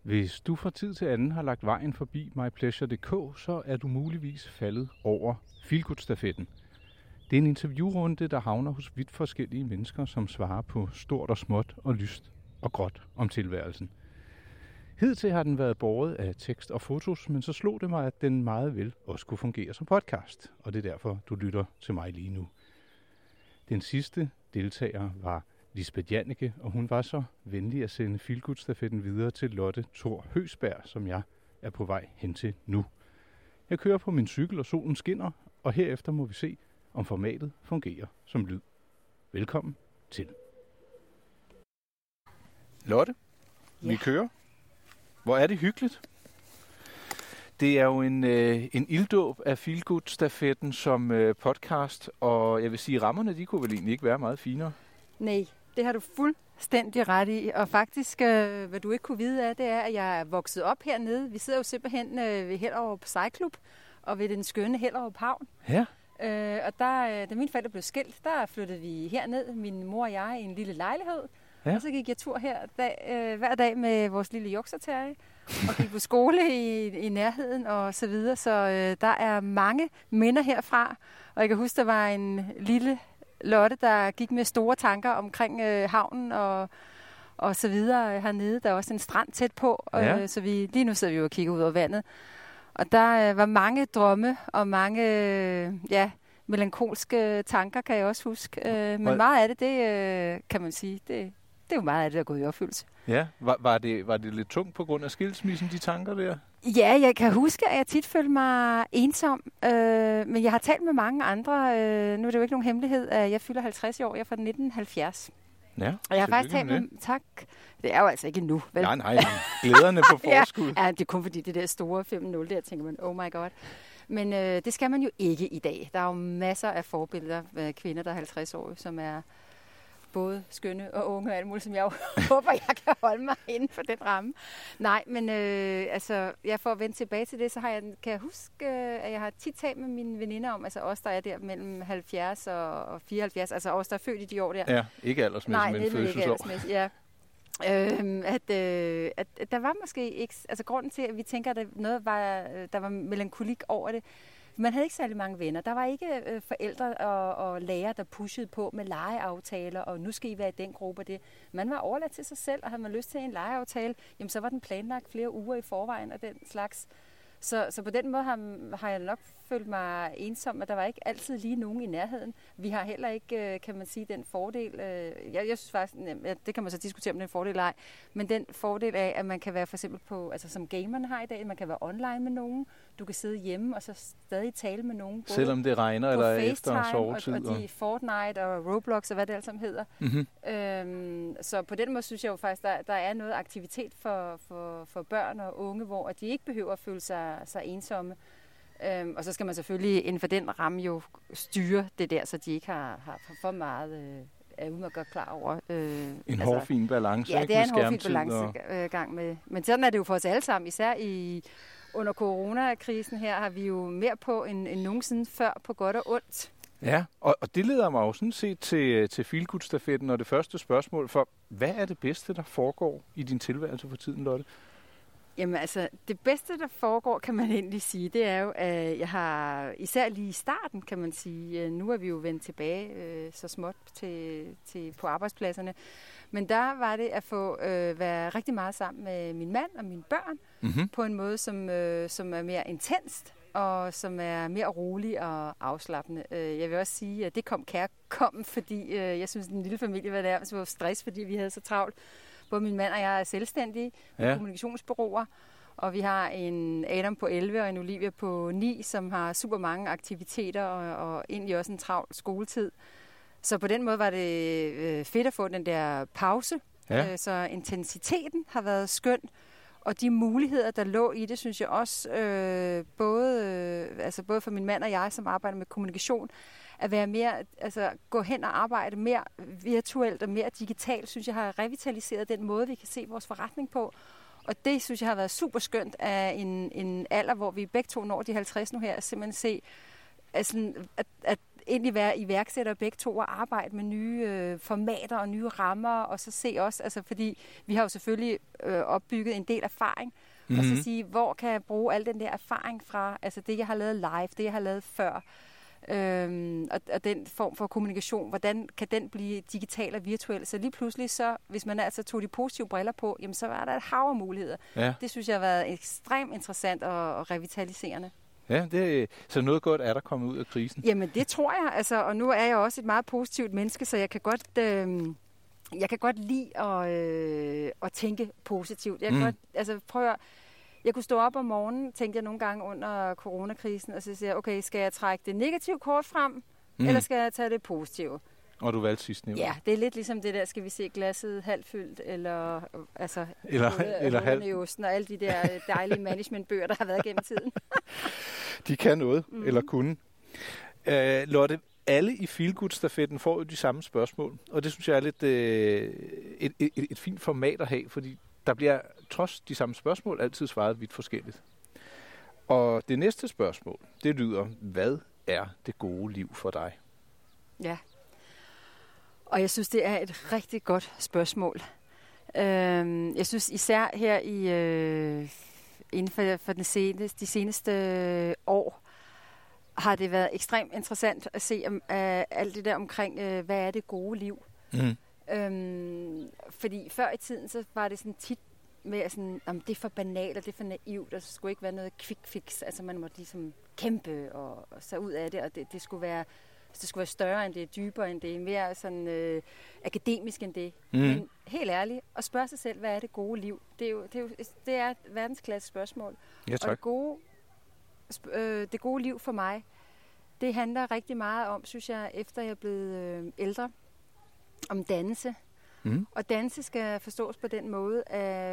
Hvis du fra tid til anden har lagt vejen forbi mypleasure.dk, så er du muligvis faldet over Feelgood-stafetten. Det er en interviewrunde, der havner hos vidt forskellige mennesker, som svarer på stort og småt og lyst og gråt om tilværelsen. Hidtil har den været båret af tekst og fotos, men så slog det mig, at den meget vel også kunne fungere som podcast, og det er derfor, du lytter til mig lige nu. Den sidste deltager var Lisbeth Janneke, og hun var så venlig at sende Feelgood-stafetten videre til Lotte Thor Høgsberg, som jeg er på vej hen til nu. Jeg kører på min cykel, og solen skinner, og herefter må vi se, om formatet fungerer som lyd. Velkommen til. Lotte, vi kører. Hvor er det hyggeligt. Det er jo en ilddåb af Feelgood-stafetten som podcast, og jeg vil sige, rammerne de kunne vel egentlig ikke være meget finere. Nej, det har du fuldstændig ret i. Og faktisk, hvad du ikke kunne vide af, det er, at jeg er vokset op hernede. Vi sidder jo simpelthen ved Hellerup Sejlklub og ved den skønne Hellerup Havn. Ja. Og da mine forældre blev skilt, der flyttede vi herned, min mor og jeg, i en lille lejlighed. Ja. Og så gik jeg tur her hver dag med vores lille jokserterrier og gik på skole i nærheden og så videre. Så der er mange minder herfra. Og jeg kan huske, der var en lille Lotte, der gik med store tanker omkring havnen og så videre hernede. Der er også en strand tæt på, ja. Så lige nu sidder vi jo og kigger ud over vandet. Og der var mange drømme og mange melankolske tanker, kan jeg også huske. Men meget af det kan man sige, det er jo meget af det, der er gået i opfyldelse. Ja, var det lidt tungt på grund af skilsmissen, de tanker der? Ja, jeg kan huske, at jeg tit følte mig ensom, men jeg har talt med mange andre. Nu er det jo ikke nogen hemmelighed, at jeg fylder 50 år. Jeg er fra 1970. Ja, og jeg har faktisk talt med... Tak. Det er jo altså ikke nu, vel? Nej, glæderne på forskud. Ja, det er kun fordi det der store 5-0, der tænker man, oh my god. Men det skal man jo ikke i dag. Der er jo masser af forbilleder af kvinder, der er 50 år, som er både skønne og unge og alt muligt, som jeg jo håber, jeg kan holde mig inden for den ramme. Nej, men for at vende tilbage til det, så kan jeg huske, at jeg har tit talt med mine veninder om, altså os, der er der mellem 70 og 74, altså os, der er født i de år der. Ja, ikke aldersmæssigt, men fødselsår. Ja. At der var måske ikke, altså grunden til, at vi tænker, at der var melankolik over det. Man havde ikke særlig mange venner. Der var ikke forældre og lærere, der pushede på med legeaftaler, og nu skal I være i den gruppe og det. Man var overladt til sig selv, og havde man lyst til en legeaftale, jamen så var den planlagt flere uger i forvejen og den slags. Så på den måde har jeg nok følt mig ensom, at der var ikke altid lige nogen i nærheden. Vi har heller ikke, kan man sige, den fordel. Jeg synes faktisk, det kan man så diskutere om den fordel eller ej, men den fordel af, at man kan være for eksempel på, altså som gameren har i dag, man kan være online med nogen, du kan sidde hjemme og så stadig tale med nogen. Selvom det regner eller efter sovetid. Og de Fortnite og Roblox og hvad det alt sammen hedder. Mm-hmm. Så på den måde synes jeg jo faktisk, der er noget aktivitet for børn og unge, hvor de ikke behøver at føle sig ensomme. Og så skal man selvfølgelig inden for den ramme jo styre det der, så de ikke har for meget er uden at gøre klar over. En hårfin balance. Ja, det er en hårfin balancegang med. Men sådan er det jo for os alle sammen, især under coronakrisen her, har vi jo mere på end nogensinde før, på godt og ondt. Ja, og det leder mig jo sådan set til Feelgood-stafetten og det første spørgsmål, for hvad er det bedste, der foregår i din tilværelse for tiden, Lotte? Jamen altså, det bedste, der foregår, kan man endelig sige, det er jo, at jeg har, især lige i starten, kan man sige, nu er vi jo vendt tilbage så småt på arbejdspladserne, men der var det at få være rigtig meget sammen med min mand og mine børn, mm-hmm. på en måde, som er mere intenst, og som er mere rolig og afslappende. Jeg vil også sige, at det kom, fordi jeg synes, den lille familie var der, så var stress, fordi vi havde så travlt. Både min mand og jeg er selvstændige med kommunikationsbureauer, og vi har en Adam på 11 og en Olivia på 9, som har super mange aktiviteter og egentlig også en travl skoletid. Så på den måde var det fedt at få den der pause. Ja. Så intensiteten har været skøn, og de muligheder, der lå i det, synes jeg også, både for min mand og jeg, som arbejder med kommunikation, at være mere, altså gå hen og arbejde mere virtuelt og mere digitalt, synes jeg har revitaliseret den måde, vi kan se vores forretning på. Og det synes jeg har været super skønt af en alder, hvor vi begge to når de 50 nu her, at simpelthen se, at egentlig være iværksætter begge to og arbejde med nye formater og nye rammer, og så se også, altså fordi vi har jo selvfølgelig opbygget en del erfaring, og så sige, hvor kan jeg bruge al den der erfaring fra, altså det, jeg har lavet live, det, jeg har lavet før, og den form for kommunikation, hvordan kan den blive digital og virtuel? Så lige pludselig, så, hvis man altså tog de positive briller på, jamen så var der et hav af muligheder. Ja. Det synes jeg har været ekstremt interessant og revitaliserende. Ja, så noget godt er der kommet ud af krisen? Jamen det tror jeg, altså, og nu er jeg også et meget positivt menneske, så jeg kan godt lide at tænke positivt. Jeg kan godt, altså jeg kunne stå op om morgenen, tænkte jeg nogle gange under coronakrisen, og så siger jeg, okay, skal jeg trække det negative kort frem, eller skal jeg tage det positive? Og du valgte sidstnævnte. Ja, det er lidt ligesom det der, skal vi se glasset halvfyldt, eller halv i osten, og alle de der dejlige managementbøger, der har været gennem tiden. De kan noget, eller kunne. Lotte, alle i Feelgood-stafetten får jo de samme spørgsmål, og det synes jeg er lidt et fint format at have, fordi der bliver trods de samme spørgsmål altid svaret vidt forskelligt. Og det næste spørgsmål, det lyder, hvad er det gode liv for dig? Ja, og jeg synes, det er et rigtig godt spørgsmål. Jeg synes især her inden for de seneste år, har det været ekstremt interessant at se alt det der omkring, hvad er det gode liv? Fordi før i tiden, så var det sådan tit med, sådan, det er for banalt, og det er for naivt, og der skulle ikke være noget quick fix. Altså man måtte ligesom kæmpe og så ud af det, og det skulle være større end det, dybere end det, mere sådan akademisk end det. Men helt ærligt, at spørge sig selv, hvad er det gode liv? Det er et verdensklasse spørgsmål. Ja, tak. Og det gode liv for mig, det handler rigtig meget om, synes jeg, efter jeg er blevet ældre, om dannelse. Og dannelse skal forstås på den måde,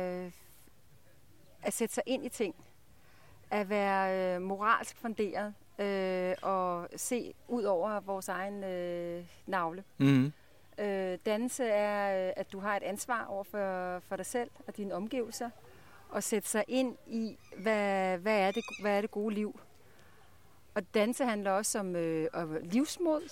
at sætte sig ind i ting, at være moralsk funderet, og se ud over vores egen navle. Dannelse er, at du har et ansvar over for dig selv og dine omgivelser, og sætte sig ind i, hvad er det gode liv. Og dannelse handler også om livsmod,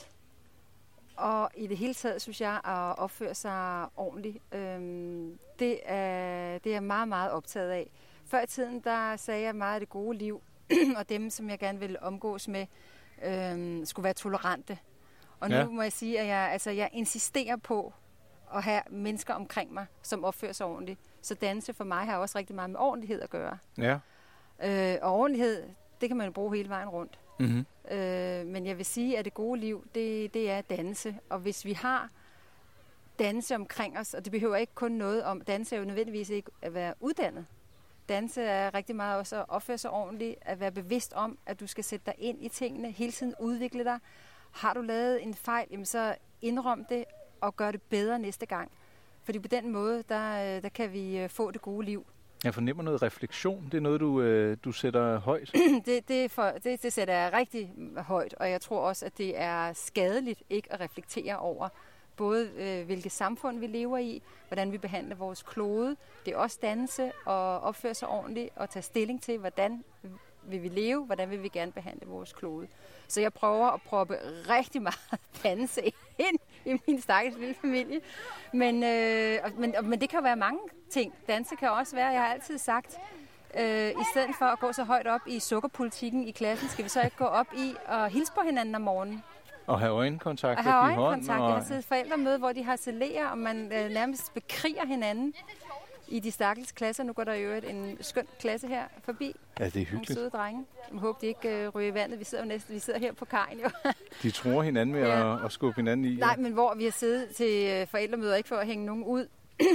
og i det hele taget, synes jeg, at opføre sig ordentligt. Det er jeg meget, meget optaget af. Før i tiden, der sagde jeg meget af det gode liv, og dem, som jeg gerne ville omgås med, skulle være tolerante. Og nu må jeg sige, at jeg insisterer på at have mennesker omkring mig, som opfører sig ordentligt. Så dannelse for mig har også rigtig meget med ordentlighed at gøre. Ja. Og ordentlighed, det kan man jo bruge hele vejen rundt. Men jeg vil sige, at det gode liv, det er dannelse. Og hvis vi har dannelse omkring os, og det behøver ikke kun noget om, dannelse er jo nødvendigvis ikke at være uddannet. Dannelse er rigtig meget også at opføre sig ordentligt, at være bevidst om, at du skal sætte dig ind i tingene, hele tiden udvikle dig. Har du lavet en fejl, jamen så indrøm det og gør det bedre næste gang. Fordi på den måde, der kan vi få det gode liv. Jeg fornemmer noget refleksion. Det er noget, du sætter højt? Det sætter jeg rigtig højt, og jeg tror også, at det er skadeligt ikke at reflektere over både hvilket samfund vi lever i, hvordan vi behandler vores klode. Det er også dannelse at opføre sig ordentligt og tage stilling til, hvordan vil vi leve, hvordan vil vi gerne behandle vores klode. Så jeg prøver at proppe rigtig meget dannelse ind i min stakkels lille familie. Men det kan jo være mange ting. Danse kan også være, jeg har altid sagt, i stedet for at gå så højt op i sukkerpolitikken i klassen, skal vi så ikke gå op i at hilse på hinanden om morgenen. Og have øjenkontakt. Jeg har siddet forældremøde, hvor de harcelerer, og man nærmest bekriger hinanden i de stakkels klasser. Nu går der jo en skøn klasse her forbi. Ja, det er hyggeligt. Nogle søde drenge. Jeg håber, de ikke ryger i vandet. Vi sidder her på kajen jo. De tror hinanden med at skubbe hinanden i. Nej, men hvor vi har siddet til forældremøder, ikke for at hænge nogen ud.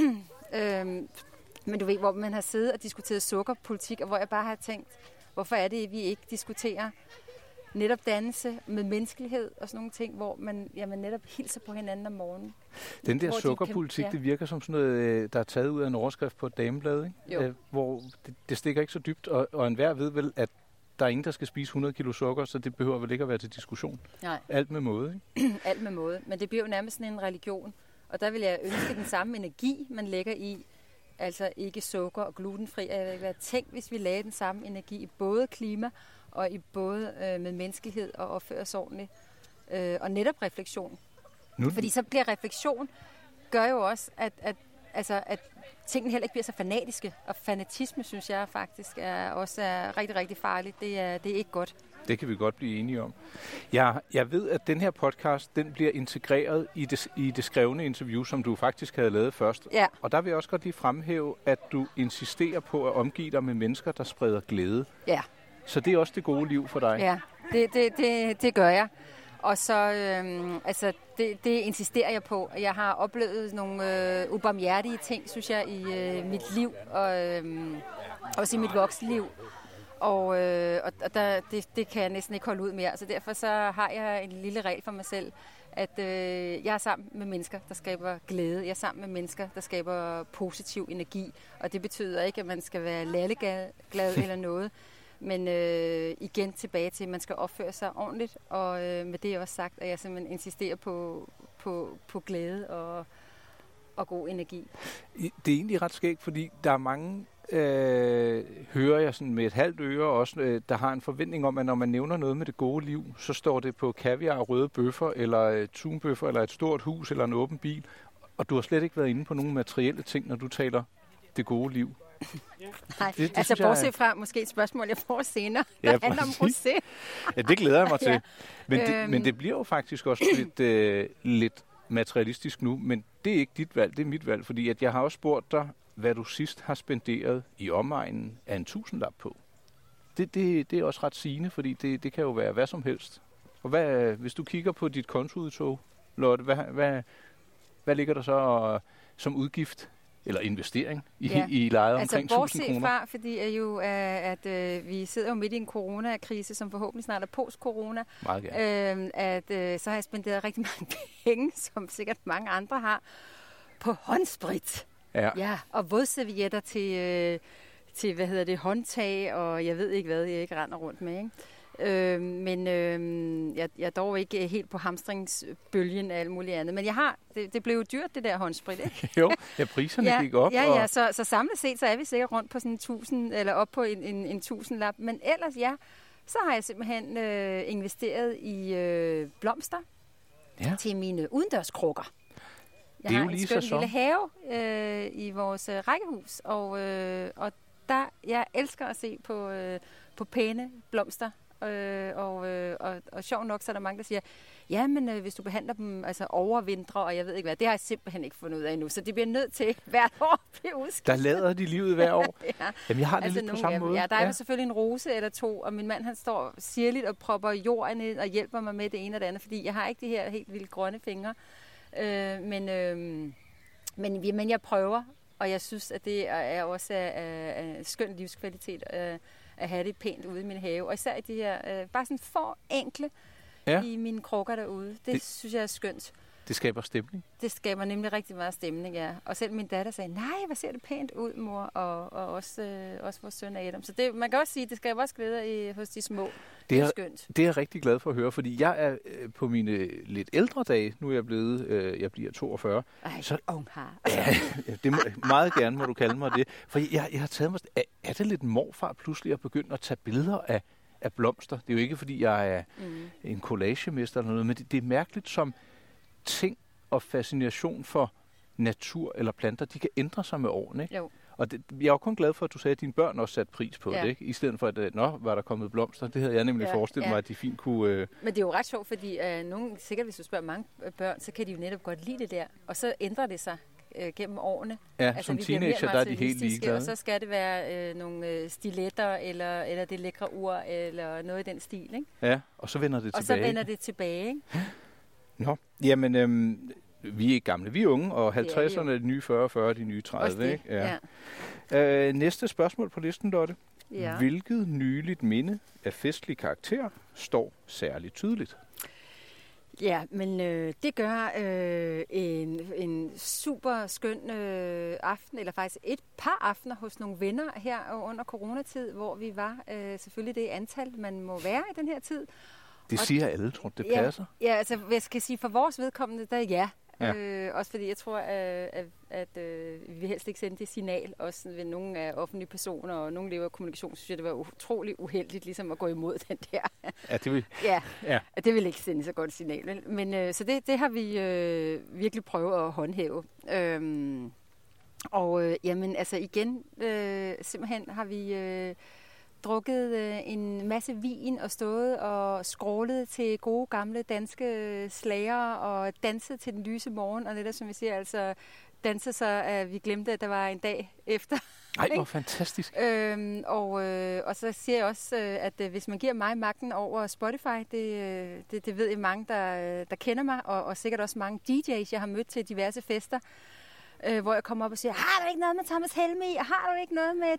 Men du ved, hvor man har siddet og diskuteret sukkerpolitik, og hvor jeg bare har tænkt, hvorfor er det, vi ikke diskuterer netop dannelse med menneskelighed og sådan nogle ting, hvor man netop hilser på hinanden om morgenen. Den der sukkerpolitik, det virker som sådan noget, der er taget ud af en overskrift på et dameblad, ikke? Hvor det stikker ikke så dybt, og enhver ved vel, at der er ingen, der skal spise 100 kilo sukker, så det behøver vel ikke at være til diskussion. Nej. Alt med måde, ikke? Alt med måde, men det bliver jo nærmest sådan en religion, og der vil jeg ønske den samme energi, man lægger i, altså ikke sukker og glutenfri. Jeg vil ikke være tænkt, hvis vi lagde den samme energi i både klima og i både med menneskelighed og opføre os ordentligt. og netop refleksion. Nu. Fordi så bliver refleksion, gør jo også, at tingene heller ikke bliver så fanatiske. Og fanatisme, synes jeg faktisk, også er rigtig, rigtig farligt. Det er ikke godt. Det kan vi godt blive enige om. Jeg ved, at den her podcast, den bliver integreret i det skrevne interview, som du faktisk havde lavet først. Ja. Og der vil jeg også godt lige fremhæve, at du insisterer på at omgive dig med mennesker, der spreder glæde. Ja. Så det er også det gode liv for dig. Ja, det gør jeg. Og så, det insisterer jeg på. Jeg har oplevet nogle ubarmhjertige ting, synes jeg, i mit liv, og også i mit voksenliv. Og det kan jeg næsten ikke holde ud mere. Så derfor så har jeg en lille regel for mig selv, at jeg er sammen med mennesker, der skaber glæde. Jeg er sammen med mennesker, der skaber positiv energi. Og det betyder ikke, at man skal være lalleglad eller noget. Men igen tilbage til, at man skal opføre sig ordentligt. Og med det også sagt, at jeg simpelthen insisterer på glæde og god energi. Det er egentlig ret skægt, fordi der er mange, hører jeg sådan med et halvt øre også, der har en forventning om, at når man nævner noget med det gode liv, så står det på kaviar og røde bøffer, eller tunbøffer, eller et stort hus, eller en åben bil. Og du har slet ikke været inde på nogle materielle ting, når du taler det gode liv. Nej, det altså bortset fra måske et spørgsmål, jeg får senere, der handler om rosé. Ja, det glæder jeg mig til. Ja. Men det bliver jo faktisk også lidt materialistisk nu, men det er ikke dit valg, det er mit valg, fordi at jeg har også spurgt dig, hvad du sidst har spenderet i omegnen af en 1000-lap på. Det er også ret sigende, fordi det kan jo være hvad som helst. Og hvis du kigger på dit kontoudtog, Lotte, hvad ligger der så som udgift eller investering i lejet omkring 1000 kroner? Altså bortset fra, fordi at vi sidder jo midt i en coronakrise, som forhåbentlig snart er post-corona. Meget gerne. Så har jeg spenderet rigtig mange penge, som sikkert mange andre har, på håndsprit. Ja, og vådservietter til håndtag, og jeg ved ikke hvad, jeg ikke render rundt med, ikke? Jeg er dog ikke helt på hamstringsbølgen af alt muligt andet. Men det blev jo dyrt, det der håndsprit, ikke? Jo, priserne gik op. Ja, så samlet set, så er vi sikkert rundt på sådan 1000, eller op på en 1000-lap. Men ellers, så har jeg simpelthen investeret i blomster til mine udendørskrukker. Jeg har en skøn lille have i vores rækkehus, og jeg elsker at se på pæne blomster. Og sjov nok, så er der mange, der siger, ja, men hvis du behandler dem overvintre, og jeg ved ikke hvad, det har jeg simpelthen ikke fundet ud af endnu, så det bliver nødt til hvert år at blive udskiftet. Der lader de livet hver år. Ja. Jamen, jeg har det lidt på samme måde. Ja, der er selvfølgelig en rose eller to, og min mand, han står sirligt og propper jorden ind og hjælper mig med det ene og det andet, fordi jeg har ikke de her helt vildt grønne fingre. Men jeg prøver, og jeg synes, at det er også skøn livskvalitet at have det pænt ude i min have. Og især i de her, bare sådan få enkle i mine krukker derude. Det synes jeg er skønt. Det skaber stemning? Det skaber nemlig rigtig meget stemning, ja. Og selv min datter sagde, nej, hvad ser det pænt ud, mor, og også vores søn Adam. Så man kan også sige, det skaber også glæder hos de små. Det er skønt. Det er jeg rigtig glad for at høre, fordi jeg er på mine lidt ældre dage, nu er jeg blevet, jeg bliver 42. Så unghar. Ja, det meget gerne må du kalde mig det. For jeg har taget mig, er det lidt morfar pludselig at begynde at tage billeder af blomster? Det er jo ikke, fordi jeg er en collagemester eller noget, men det er mærkeligt som ting og fascination for natur eller planter, de kan ændre sig med årene, ikke? Jo. Og jeg er jo kun glad for, at du sagde, at dine børn også satte pris på det, ikke? I stedet for, at var der kommet blomster. Det havde jeg nemlig forestillet mig, at de fint kunne... Men det er jo ret sjovt, fordi nogen, sikkert hvis du spørger mange børn, så kan de jo netop godt lide det der. Og så ændrer det sig gennem årene. Ja, som teenager, der er de helt ligeglade. Og så skal det være nogle stiletter, eller det lækre ur, eller noget i den stil, ikke? Ja, og så vender det tilbage. Og så vender det tilbage, ikke? Nå, jamen... Vi er ikke gamle, vi er unge, og 50'erne er de nye 40, de nye 30. Ikke? Ja. Næste spørgsmål på listen, Lotte. Ja. Hvilket nyligt minde af festlig karakter står særligt tydeligt? Ja, men det gør en super skøn aften, eller faktisk et par aftener hos nogle venner her under coronatid, hvor vi var selvfølgelig det antal, man må være i den her tid. Det siger alle, tror du, det passer? Ja, altså jeg skal sige, for vores vedkommende, der Ja. Også fordi jeg tror, at vi vil helst ikke sende det signal, også ved nogle af offentlige personer, og nogle lever af kommunikation, synes jeg, det var utrolig uheldigt ligesom at gå imod den der. Ja, det vil... Ja, det vil ikke sende så godt et signal. Men så det har vi virkelig prøvet at håndhæve. Jamen, altså igen, simpelthen har vi drukket en masse vin og stået og skrålet til gode gamle danske slager og danset til den lyse morgen, og netop som vi siger, altså danset så, at vi glemte, at der var en dag efter. Ej, hvor fantastisk. Og så siger jeg også, at hvis man giver mig magten over Spotify, det ved jeg mange, der kender mig, og sikkert også mange DJ's, jeg har mødt til diverse fester, hvor jeg kommer op og siger, har du ikke noget med Thomas Helmig, og har du ikke noget med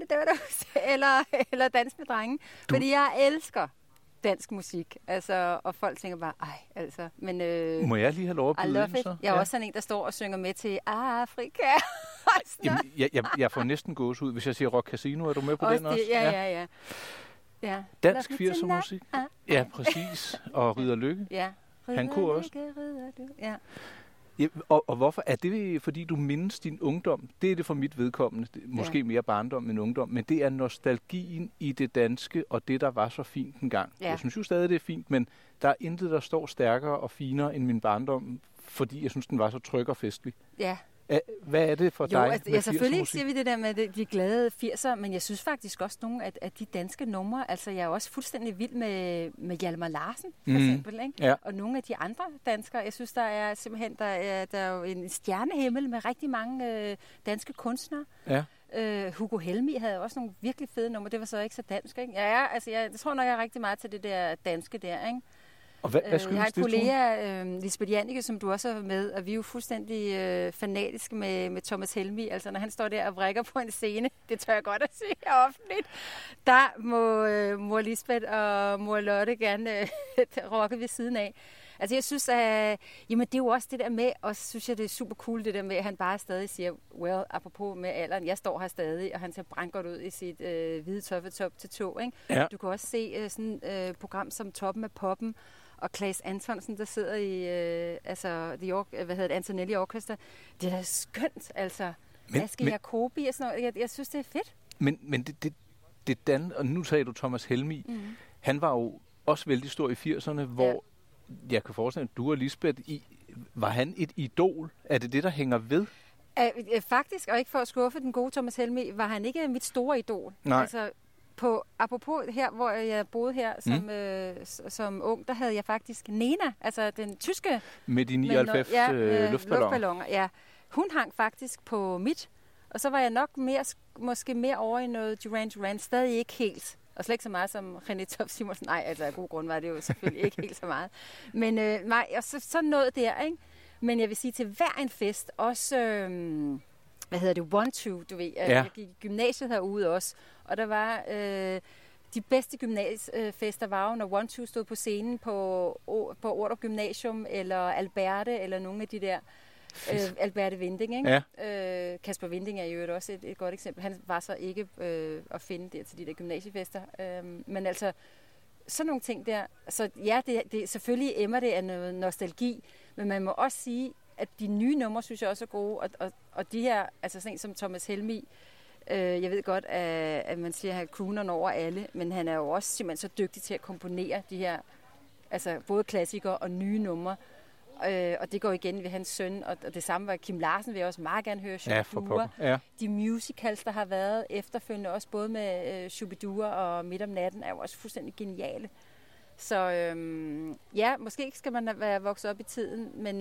eller Dans med drenge? Fordi jeg elsker dansk musik, altså, og folk tænker bare, altså, men... Må jeg lige have lov at byde ind, så? Jeg er også sådan en, der står og synger med til Afrika. Jamen, jeg får næsten gås ud, hvis jeg siger Rock Casino. Er du med på også den også? Ja. Dansk 80'er musik. Ja, præcis. Og Ridder Lykke. Ja. Han kunne også. Ja. Ja, og hvorfor? Er det, fordi du mindes din ungdom? Det er det for mit vedkommende. Måske mere barndom end ungdom. Men det er nostalgien i det danske, og det, der var så fint engang. Ja. Jeg synes jo stadig, det er fint, men der er intet, der står stærkere og finere end min barndom, fordi jeg synes, den var så tryg og festlig. Ja. Hvad er det for dig? Altså, selvfølgelig siger vi det der med de glade 80'er, men jeg synes faktisk også nogle af de danske numre, altså jeg er også fuldstændig vild med Hjalmar Larsen, for eksempel, ikke? Ja. Og nogle af de andre danskere, jeg synes, der er simpelthen der er jo en stjernehimmel med rigtig mange danske kunstnere. Ja. Hugo Helmig havde også nogle virkelig fede numre, det var så ikke så dansk, ikke? Ja, altså jeg tror nok, jeg er rigtig meget til det der danske der, ikke? Og hvad skyldes det? Jeg har en kollega, Lisbeth Jannike, som du også har med, og vi er jo fuldstændig fanatiske med Thomas Helmig. Altså, når han står der og vrikker på en scene, det tør jeg godt at sige offentligt, der må mor Lisbeth og mor Lotte gerne rocke ved siden af. Altså, jeg synes, jamen, det er jo også det der med, og så synes jeg, det er super cool, det der med, at han bare stadig siger, well, apropos med alderen, jeg står her stadig, og han ser brandgodt ud i sit hvide tøffetop til tå, ikke? Ja. Du kan også se sådan et program som Toppen af Poppen, og Claes Antonsen, der sidder i Antonelli Orchestra. Det er da skønt, altså. Aske Jacobi og sådan noget. Jeg synes, det er fedt. Men det og nu sagde du Thomas Helmig. Han var jo også vældig stor i 80'erne, hvor jeg kan forestille, at du og Lisbeth, var han et idol? Er det det, der hænger ved? Faktisk, og ikke for at skuffe den gode Thomas Helmig, var han ikke mit store idol. Nej. Altså, apropos her, hvor jeg boede her som ung, der havde jeg faktisk Nena, altså den tyske... Med de 99 luftballoner. Ja, hun hang faktisk på mit, og så var jeg nok måske mere over i noget Duran, stadig ikke helt. Og slet ikke så meget som René Toft Simonsen. Nej, altså af god grund var det jo selvfølgelig ikke helt så meget. Men nej, og så noget der, ikke? Men jeg vil sige, til hver en fest, også... One-Two, du ved. Jeg gik i gymnasiet herude også, og der var de bedste gymnasiefester var jo, når One-Two stod på scenen på Ordrup Gymnasium, eller Alberte, eller nogle af de der, Alberte Vinding, ikke? Ja. Kasper Vinding er jo også et godt eksempel. Han var så ikke at finde der til de der gymnasiefester. Men altså, sådan nogle ting der. Så ja, det selvfølgelig emmer det af noget nostalgi, men man må også sige, at de nye numre, synes jeg også er gode, og de her, altså sådan en som Thomas Helmig, jeg ved godt, at man siger, at han crooner over alle, men han er jo også simpelthen så dygtig til at komponere de her, altså både klassikere og nye numre, og det går igen ved hans søn, og det samme var Kim Larsen, vil jeg også meget gerne høre Shubidua. Ja. De musicals, der har været efterfølgende, også både med Shubidua og Midt om natten, er jo også fuldstændig geniale. Så ja, måske skal man være vokset op i tiden, men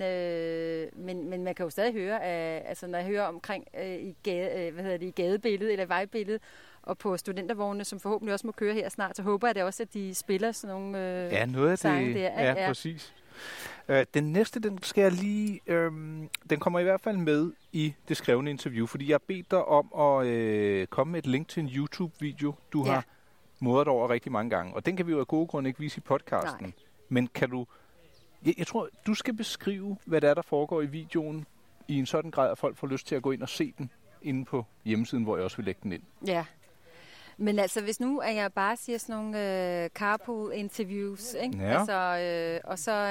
man kan jo stadig høre, altså når jeg hører omkring i gadebilledet eller vejbilledet, og på studentervognene, som forhåbentlig også må køre her snart, så håber jeg det også, at de spiller sådan nogle noget af sange det, der. Ja, præcis. Den næste, den skal jeg lige... den kommer i hvert fald med i det skrevne interview, fordi jeg har bedt dig om at komme med et link til en YouTube-video, du har modret over rigtig mange gange. Og den kan vi jo af gode grunde ikke vise i podcasten. Nej. Men kan du... Jeg tror, du skal beskrive, hvad der foregår i videoen, i en sådan grad, at folk får lyst til at gå ind og se den inde på hjemmesiden, hvor jeg også vil lægge den ind. Ja. Men altså, hvis nu at jeg bare siger sådan nogle carpool-interviews, ikke? Ja. Altså, og så,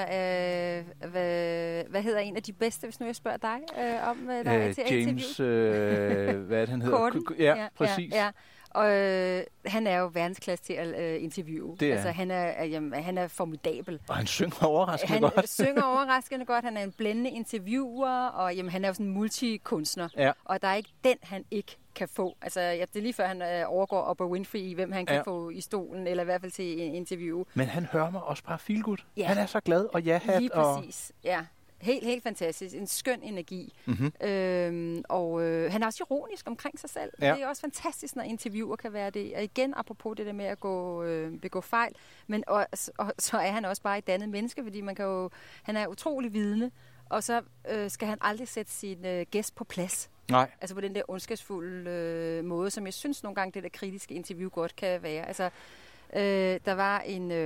hvad hedder en af de bedste, hvis nu jeg spørger dig om, hvad der er til at interview? James, hvad er det, han hedder? Corden. Ja, præcis. Ja. Og han er jo verdensklasse til at interviewe. Det er. Altså, han er formidabel. Og han synger overraskende godt. Han synger overraskende godt. Han er en blændende interviewer, og han er jo sådan en multikunstner. Ja. Og der er ikke den, han ikke kan få. Altså, det er lige før, han overgår Oprah Winfrey i, hvem han kan få i stolen, eller i hvert fald til en interview. Men han hører mig også bare feel good. Ja. Han er så glad, og ja-hat. Lige præcis, ja. Helt fantastisk. En skøn energi. Mm-hmm. Han er også ironisk omkring sig selv. Ja. Det er også fantastisk, når interviewer kan være det. Og igen, apropos det der med at begå fejl, men så er han også bare et dannet menneske, fordi han er utrolig vidende, og så skal han aldrig sætte sin gæst på plads. Nej. Altså på den der ondskabsfulde måde, som jeg synes nogle gange, det der kritiske interview godt kan være. Altså, der var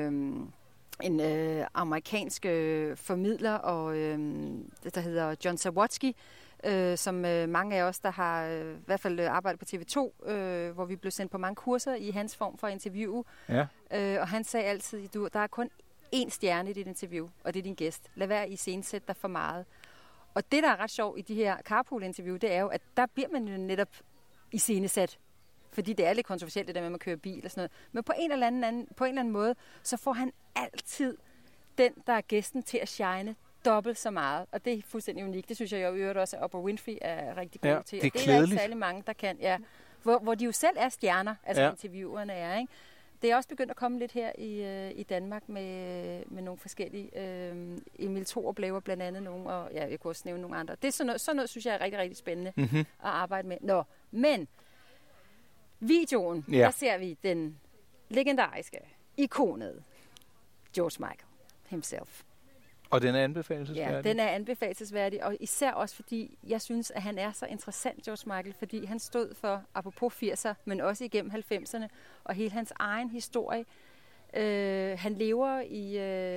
en amerikansk formidler, der hedder John Sawatsky, som mange af os, der har i hvert fald arbejdet på TV2, hvor vi blev sendt på mange kurser i hans form for interview. Ja. Og han sagde altid, der er kun én stjerne i dit interview, og det er din gæst. Lad være i iscenesætte dig for meget. Og det, der er ret sjovt i de her carpool-interview, det er jo, at der bliver man jo netop iscenesat. Fordi det er lidt kontroversielt, det der med, at man kører bil og sådan noget. Men på en eller anden måde, så får han altid den, der er gæsten, til at shine dobbelt så meget. Og det er fuldstændig unikt. Det synes jeg jo i øvrigt også, at Oprah Winfrey er rigtig god til. Det er og det er ikke særlig mange, der kan. Ja. Hvor de jo selv er stjerner, altså interviewerne er, ikke? Det er også begyndt at komme lidt her i Danmark med nogle forskellige. Emil Thorup laver blandt andet nogle, og jeg kunne også nævne nogle andre. Det er sådan noget synes jeg er rigtig, rigtig spændende at arbejde med. Men videoen, der ser vi den legendariske, ikonet George Michael himself. Og den er anbefalelsesværdig? Ja, den er anbefalelsesværdig, og især også fordi, jeg synes, at han er så interessant, George Michael, fordi han stod for, apropos 80'er, men også igennem 90'erne, og hele hans egen historie. Han lever i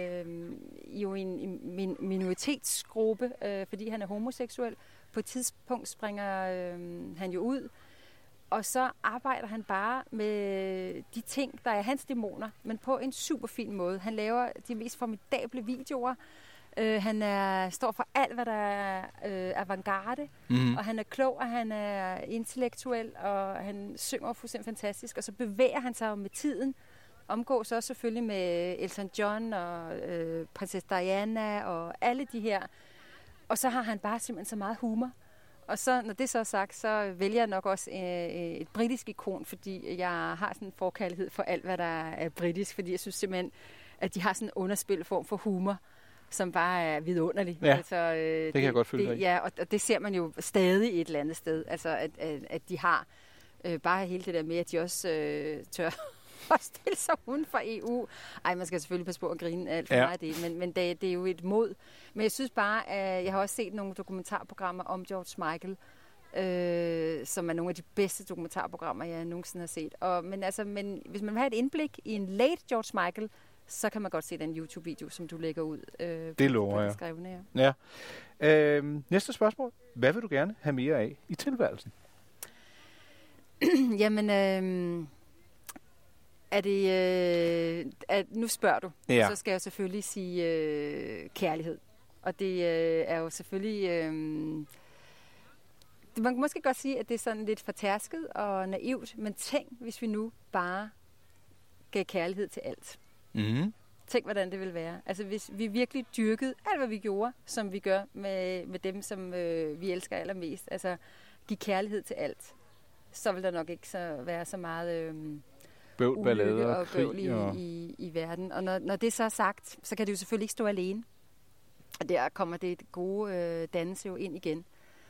en minoritetsgruppe, fordi han er homoseksuel. På et tidspunkt springer han jo ud, og så arbejder han bare med de ting, der er hans dæmoner, men på en super fin måde. Han laver de mest formidable videoer. Han står for alt, hvad der er avantgarde, og han er klog, og han er intellektuel, og han synger fuldstændig fantastisk, og så bevæger han sig med tiden, omgås også selvfølgelig med Elton John og prinsesse Diana og alle de her. Og så har han bare simpelthen så meget humor. Og så, når det så er sagt, så vælger jeg nok også et britisk ikon, fordi jeg har sådan en forkærlighed for alt, hvad der er britisk, fordi jeg synes simpelthen, at de har sådan en underspillet form for humor, som bare er vidunderlig. Ja, altså, det kan jeg godt følge dig i. Ja, og det ser man jo stadig et eller andet sted, altså at de har bare hele det der med, at de også tør at stille sig uden for EU. Ej, man skal selvfølgelig passe på at grine alt for meget af det, men det er jo et mod. Men jeg synes bare, at jeg har også set nogle dokumentarprogrammer om George Michael, som er nogle af de bedste dokumentarprogrammer, jeg nogensinde har set. Men hvis man vil have et indblik i en late George Michael, så kan man godt se den YouTube-video, som du lægger ud. Det lover jeg. Skrivende, ja. Næste spørgsmål. Hvad vil du gerne have mere af i tilværelsen? Jamen, nu spørger du, så skal jeg selvfølgelig sige kærlighed. Og det er jo selvfølgelig... man kan måske godt sige, at det er sådan lidt fortærsket og naivt, men tænk, hvis vi nu bare gav kærlighed til alt. Mm-hmm. Tænk, hvordan det ville være. Altså, hvis vi virkelig dyrkede alt, hvad vi gjorde, som vi gør med dem, som vi elsker allermest. Altså, give kærlighed til alt. Så vil der nok ikke være så meget bøvl, ballader og bøvl i verden. Og når det så er sagt, så kan det jo selvfølgelig ikke stå alene. Og der kommer det gode dannelse jo ind igen.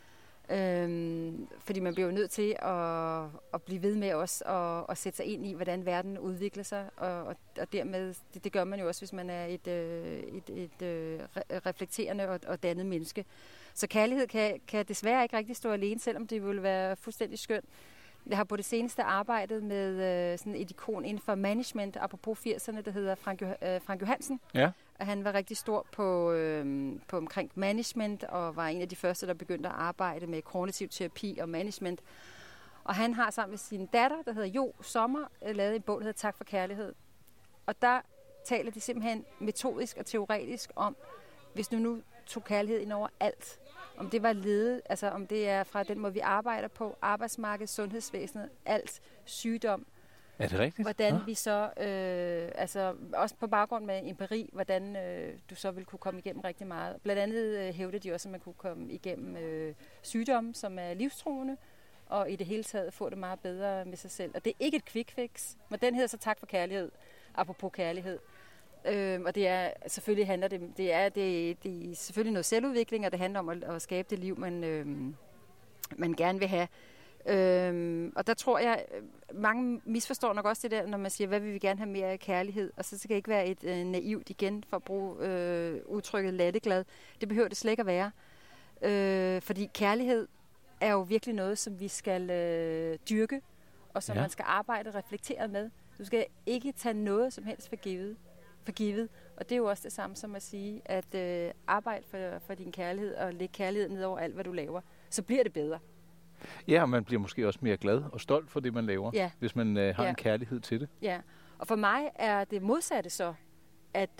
Fordi man bliver jo nødt til at blive ved med også at sætte sig ind i, hvordan verden udvikler sig, og dermed, det gør man jo også, hvis man er et reflekterende og dannet menneske. Så kærlighed kan desværre ikke rigtig stå alene, selvom det ville være fuldstændig skønt. Jeg har på det seneste arbejdet med sådan et ikon inden for management, apropos 80'erne, der hedder Frank Johansen. Ja. Og han var rigtig stor på omkring management, og var en af de første, der begyndte at arbejde med kognitiv terapi og management. Og han har sammen med sin datter, der hedder Jo Sommer, lavet en bog, der hedder Tak for kærlighed. Og der taler de simpelthen metodisk og teoretisk om, hvis du nu tog kærlighed ind over alt, om det var ledet, altså om det er fra den måde, vi arbejder på, arbejdsmarkedet, sundhedsvæsenet, alt, sygdom. Er det rigtigt? Hvordan vi så, altså også på baggrund med empiri, hvordan du så vil kunne komme igennem rigtig meget. Blandt andet hævder de også, at man kunne komme igennem sygdomme, som er livstruende, og i det hele taget få det meget bedre med sig selv. Og det er ikke et quick fix, men den hedder så Tak for kærlighed, apropos kærlighed. Og det er selvfølgelig handler det er selvfølgelig noget selvudvikling, og det handler om at skabe det liv, man gerne vil have. Og der tror jeg, mange misforstår nok også det der, når man siger, hvad vil vi gerne have mere af kærlighed, og så skal det ikke være et naivt igen, for at bruge udtrykket latteglad. Det behøver det slet ikke at være. Fordi kærlighed er jo virkelig noget, som vi skal dyrke, og som man skal arbejde reflekteret med. Du skal ikke tage noget som helst for givet. Og det er jo også det samme som at sige, at arbejde for din kærlighed, og lægge kærlighed ned over alt, hvad du laver. Så bliver det bedre. Ja, og man bliver måske også mere glad og stolt for det, man laver, hvis man har en kærlighed til det. Ja, og for mig er det modsatte så, at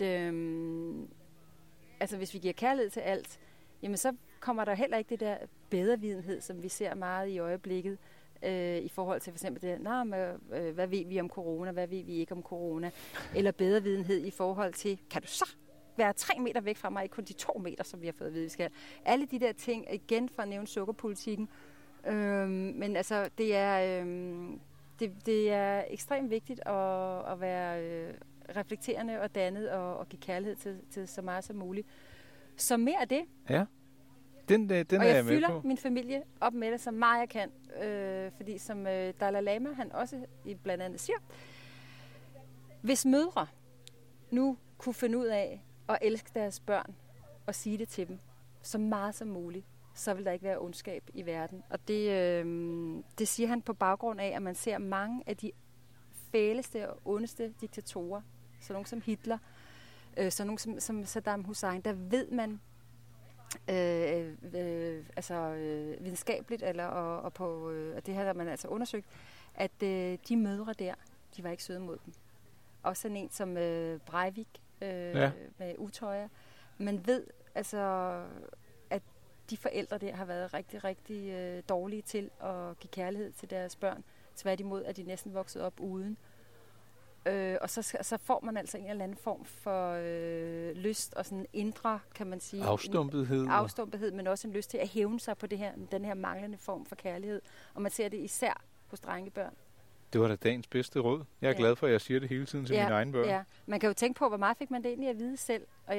altså hvis vi giver kærlighed til alt, jamen så kommer der heller ikke det der bedrevidenhed, som vi ser meget i øjeblikket, i forhold til for eksempel det, hvad ved vi om corona, hvad ved vi ikke om corona, eller bedrevidenhed i forhold til, kan du så være 3 meter væk fra mig, ikke kun de 2 meter, som vi har fået at vide, vi skal. Alle de der ting, igen for at nævne sukkerpolitikken, men altså, det er ekstremt vigtigt at være reflekterende og dannet og give kærlighed til så meget som muligt. Så mere af det. Ja. Den og jeg jeg med fylder på. min familie op med det, så meget jeg kan. Fordi som Dalai Lama, han også blandt andet siger, hvis mødre nu kunne finde ud af at elske deres børn og sige det til dem så meget som muligt, så vil der ikke være ondskab i verden. Og det siger han på baggrund af, at man ser mange af de fæleste og ondeste diktatorer, så nogle som Hitler, så nogle som Saddam Hussein, der ved man videnskabeligt, og det her har man altså undersøgt, at de mødre der, de var ikke søde mod dem. Også sådan en som Breivik med Utøya. Man ved altså, at de forældre der har været rigtig, rigtig dårlige til at give kærlighed til deres børn. Tværtimod er de næsten vokset op uden. Og så får man altså en eller anden form for lyst og sådan indre, kan man sige. Afstumpethed, men også en lyst til at hævne sig på den her manglende form for kærlighed. Og man ser det især hos drengebørn. Det var da dagens bedste råd. Jeg er glad for, at jeg siger det hele tiden til mine egne børn. Ja. Man kan jo tænke på, hvor meget fik man det egentlig at vide selv. Og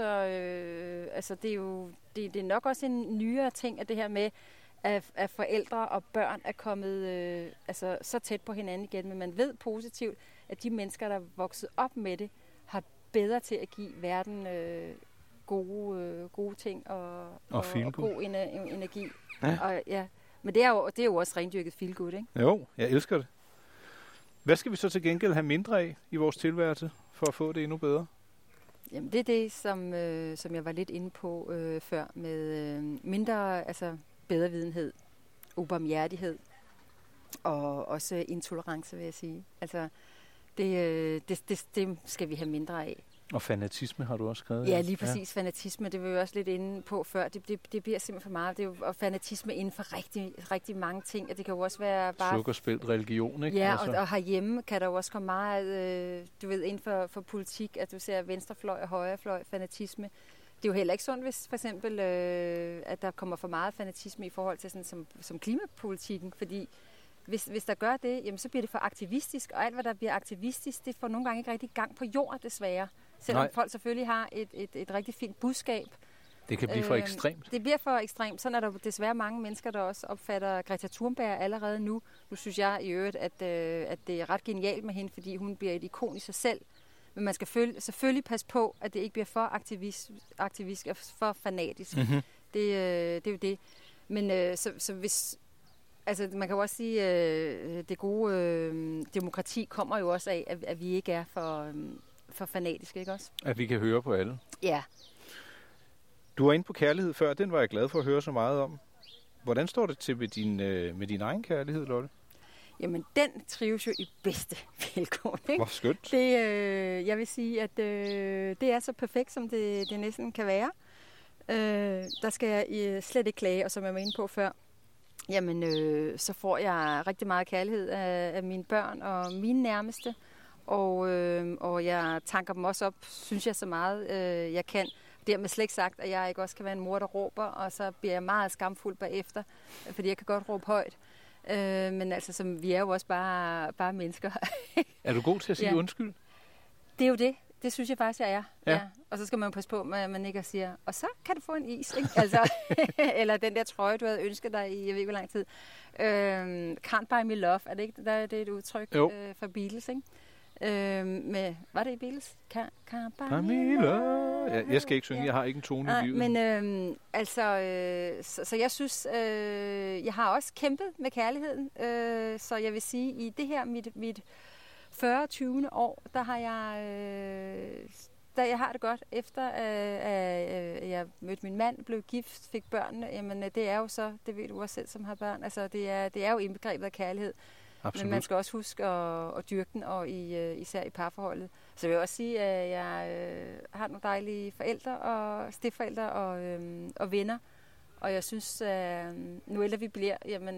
det er nok også en nyere ting, at det her med, at forældre og børn er kommet så tæt på hinanden igen. Men man ved positivt, at de mennesker, der er vokset op med det, har bedre til at give verden gode ting og god energi. Ja. Men det er jo også rendyrket feel good, ikke? Jo, jeg elsker det. Hvad skal vi så til gengæld have mindre af i vores tilværelse, for at få det endnu bedre? Jamen det er det, som jeg var lidt inde på før, med mindre, bedre videnhed, ubarmhjertighed og også intolerance, vil jeg sige. Altså, det skal vi have mindre af. Og fanatisme har du også skrevet? Ja, lige præcis. Ja. Fanatisme, det var jo også lidt inde på før. Det bliver simpelthen for meget. Det er jo, og fanatisme inden for rigtig, rigtig mange ting. Og det kan jo også være bare... Sukkerspildt religion, ikke? Ja, og herhjemme kan der jo også komme meget, inden for politik, at du ser venstrefløj og højrefløj, fanatisme. Det er jo heller ikke sundt, hvis for eksempel, at der kommer for meget fanatisme i forhold til sådan som klimapolitikken, fordi hvis der gør det, jamen, så bliver det for aktivistisk, og alt, hvad der bliver aktivistisk, det får nogle gange ikke rigtig gang på jord, desværre. Selvom folk selvfølgelig har et rigtig fint budskab. Det kan blive for ekstremt. Det bliver for ekstremt. Sådan er der desværre mange mennesker, der også opfatter Greta Thunberg allerede nu. Nu synes jeg i øvrigt, at det er ret genialt med hende, fordi hun bliver et ikon i sig selv. Men man skal selvfølgelig passe på, at det ikke bliver for aktivistisk og for fanatisk. Mm-hmm. Det er jo det. Men så hvis... Altså, man kan jo også sige, at det gode demokrati kommer jo også af, at vi ikke er for fanatiske, ikke også? At vi kan høre på alle. Ja. Du var inde på kærlighed før, den var jeg glad for at høre så meget om. Hvordan står det til med din egen kærlighed, Lotte? jamen den trives jo i bedste vilkår. Ikke? Hvor skønt. Det, jeg vil sige, at det er så perfekt, som det næsten kan være. Der skal jeg slet ikke klage, og som jeg var inde på før, jamen så får jeg rigtig meget kærlighed af mine børn og mine nærmeste. Og jeg tanker dem også op, synes jeg, så meget jeg kan. Dermed slet ikke sagt, at jeg ikke også kan være en mor, der råber, og så bliver jeg meget skamfuld bagefter, fordi jeg kan godt råbe højt. Men altså, vi er jo også bare mennesker. Er du god til at sige undskyld? Det er jo det. Det synes jeg faktisk, jeg er. Ja. Og så skal man passe på, at man ikke siger, og så kan du få en is, ikke? Altså, eller den der trøje, du havde ønsket dig i, jeg ved ikke, hvor lang tid. Can't buy me love, er det ikke? Det er et udtryk fra Beatles, ikke? Var det i Beatles? Can't buy me love. Ja, jeg skal ikke synge, jeg har ikke en tone i livet. Men så jeg synes, jeg har også kæmpet med kærligheden. Så jeg vil sige, i det her mit 40-20. år, der har jeg har det godt, efter at jeg mødte min mand, blev gift, fik børnene. Jamen det er jo så, det ved du også selv, som har børn, altså det er jo indbegrebet af kærlighed. Absolut. Men man skal også huske at dyrke den, og især i parforholdet. Så jeg vil også sige, at jeg har nogle dejlige forældre og stedforældre og venner. Og jeg synes, at nu ældre vi bliver, jamen,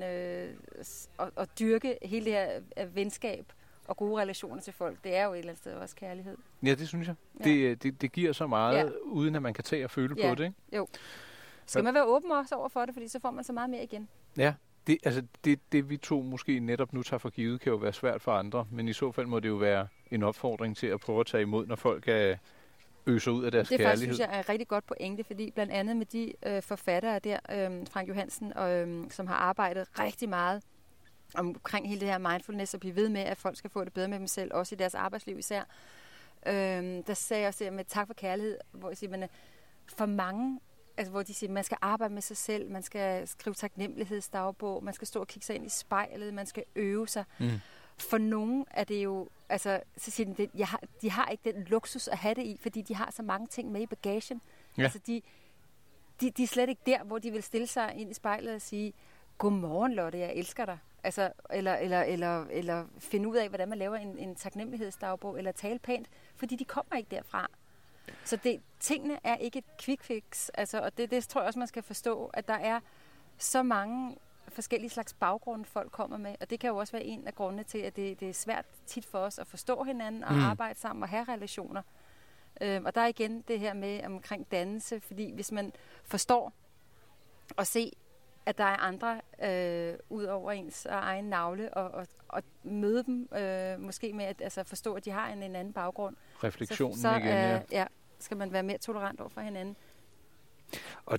at dyrke hele det her venskab og gode relationer til folk, det er jo et eller andet sted også kærlighed. Ja, det synes jeg. Ja. Det giver så meget, uden at man kan tage og føle på det, ikke? Jo. Skal man være åben også over for det, fordi så får man så meget mere igen. Ja, det vi to måske netop nu tager for givet, kan jo være svært for andre, men i så fald må det jo være en opfordring til at prøve at tage imod, når folk øser ud af deres kærlighed. Det faktisk, synes jeg, er et rigtig godt pointe, fordi blandt andet med de forfattere der, Frank Johansen, som har arbejdet rigtig meget omkring hele det her mindfulness, og blive ved med, at folk skal få det bedre med dem selv, også i deres arbejdsliv især. Der sagde jeg også det med tak for kærlighed, hvor jeg siger, for mange, altså hvor de siger, man skal arbejde med sig selv, man skal skrive taknemmelighedsdagbog, man skal stå og kigge sig ind i spejlet, man skal øve sig. For nogen er det jo, altså, så siger de har ikke den luksus at have det i, fordi de har så mange ting med i bagagen. Ja. Altså, de er slet ikke der, hvor de vil stille sig ind i spejlet og sige, godmorgen Lotte, jeg elsker dig. Altså, eller finde ud af, hvordan man laver en taknemmelighedsdagbog, eller tale pænt, fordi de kommer ikke derfra. Så tingene er ikke et quick fix, altså, og det tror jeg også, man skal forstå, at der er så mange forskellige slags baggrunde, folk kommer med, og det kan jo også være en af grundene til, at det er svært tit for os at forstå hinanden og arbejde sammen og have relationer. Og der er igen det her med omkring dannelse, fordi hvis man forstår og se, at der er andre ud over ens egen navle, og møde dem måske med at forstå, at de har en anden baggrund. Refleksionen så igen, ja. Skal man være mere tolerant over for hinanden. Og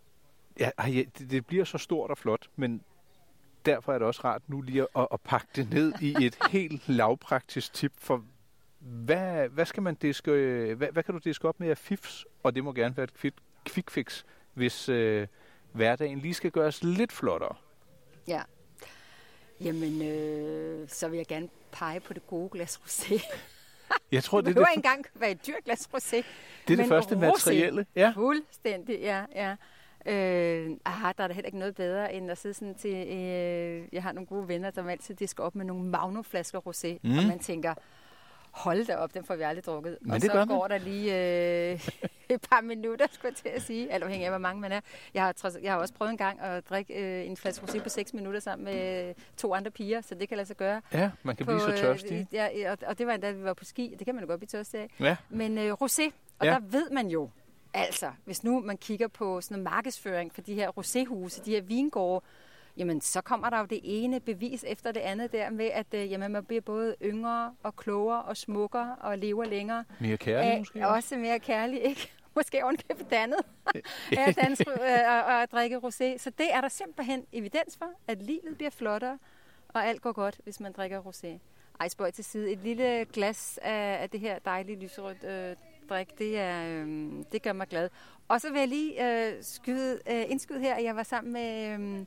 det bliver så stort og flot, men derfor er det også rart nu lige at pakke det ned i et helt lavpraktisk tip for, hvad skal man diske, hvad kan du diske op med af fifs, og det må gerne være et quick fix, hvis hverdagen lige skal gøres lidt flottere. Ja. Jamen, så vil jeg gerne pege på det gode glas rosé. Jeg tror, det behøver ikke engang være et dyrt glas rosé. Det er det første materielle. Ja. Fuldstændig, ja. Der er da heller ikke noget bedre, end at sidde sådan til... jeg har nogle gode venner, der altid disker op med nogle magnumflasker rosé, og man tænker, hold da op, den får vi aldrig drukket. Men og så går der lige et par minutter, skulle jeg til at sige, alt afhængig af, hvor mange man er. Jeg har også prøvet en gang at drikke en flaske rosé på 6 minutter sammen med 2 andre piger, så det kan lade sig gøre. Ja, man kan blive så tørstig. Og det var endda, vi var på ski, det kan man jo godt blive tørstig af. Ja. Men rosé, og der ved man jo, altså, hvis nu man kigger på sådan en markedsføring for de her roséhuse, de her vingårde, jamen så kommer der jo det ene bevis efter det andet der med, at man bliver både yngre og klogere og smukkere og lever længere. Mere kærlig måske? Også mere kærlig, ikke? Måske ovenkøbet dannet af at drikke rosé. Så det er der simpelthen evidens for, at livet bliver flottere, og alt går godt, hvis man drikker rosé. Ej, spøj til side. Et lille glas af det her dejlige lyserødt drik, det gør mig glad. Og så vil jeg lige indskyde her, at jeg var sammen med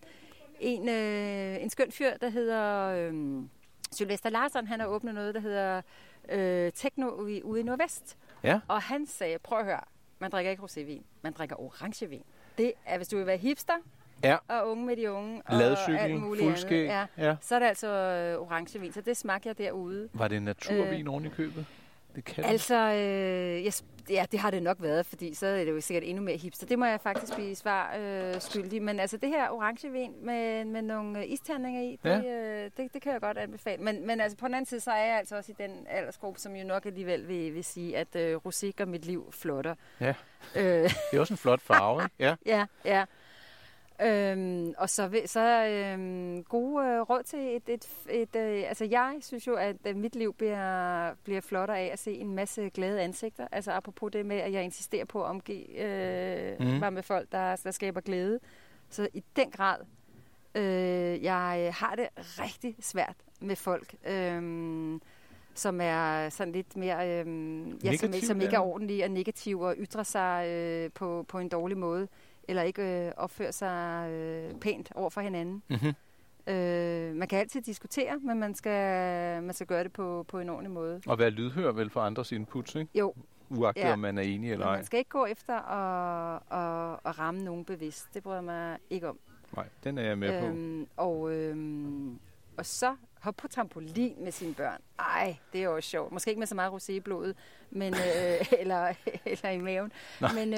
en skøn fyr, der hedder Sylvester Larsson. Han har åbnet noget, der hedder Techno ude i Nordvest. Ja. Og han sagde, prøv at høre, man drikker ikke rosévin, man drikker orangevin. Det er, hvis du vil være hipster, og unge med de unge, og alt muligt fuldskæg. andet. Ja. Så er det altså orangevin, så det smagte jeg derude. Var det naturvin oven i købet? Det kan det har det nok været, fordi så er det jo sikkert endnu mere hipster. Det må jeg faktisk blive skyldig. Men altså det her orangevin med nogle isterninger i, det kan jeg godt anbefale. Men altså på den anden side, så er jeg altså også i den aldersgruppe, som jo nok alligevel vil sige, at rosé gør mit liv flottere. Ja, det er også en flot farve, ikke? Ja. Og så gode råd til altså jeg synes jo, at mit liv bliver flottere af at se en masse glade ansigter. Altså apropos det med, at jeg insisterer på at omgive mig med folk, der skaber glæde. Så i den grad, jeg har det rigtig svært med folk, som er sådan lidt mere, som ikke er ordentlige og negative og ytrer sig på en dårlig måde. Eller ikke opfører sig pænt over for hinanden. Mm-hmm. Man kan altid diskutere, men man skal gøre det på en ordentlig måde. Og være lydhør vel for andres inputs, ikke? Jo. Uagtet om man er enig eller ej. Man skal ikke gå efter at ramme nogen bevidst. Det bryder mig ikke om. Nej, den er jeg med på. Og så hoppe på trampolin med sine børn. Ej, det er jo også sjovt. Måske ikke med så meget rosé i blodet, men, eller i maven. Nå. Men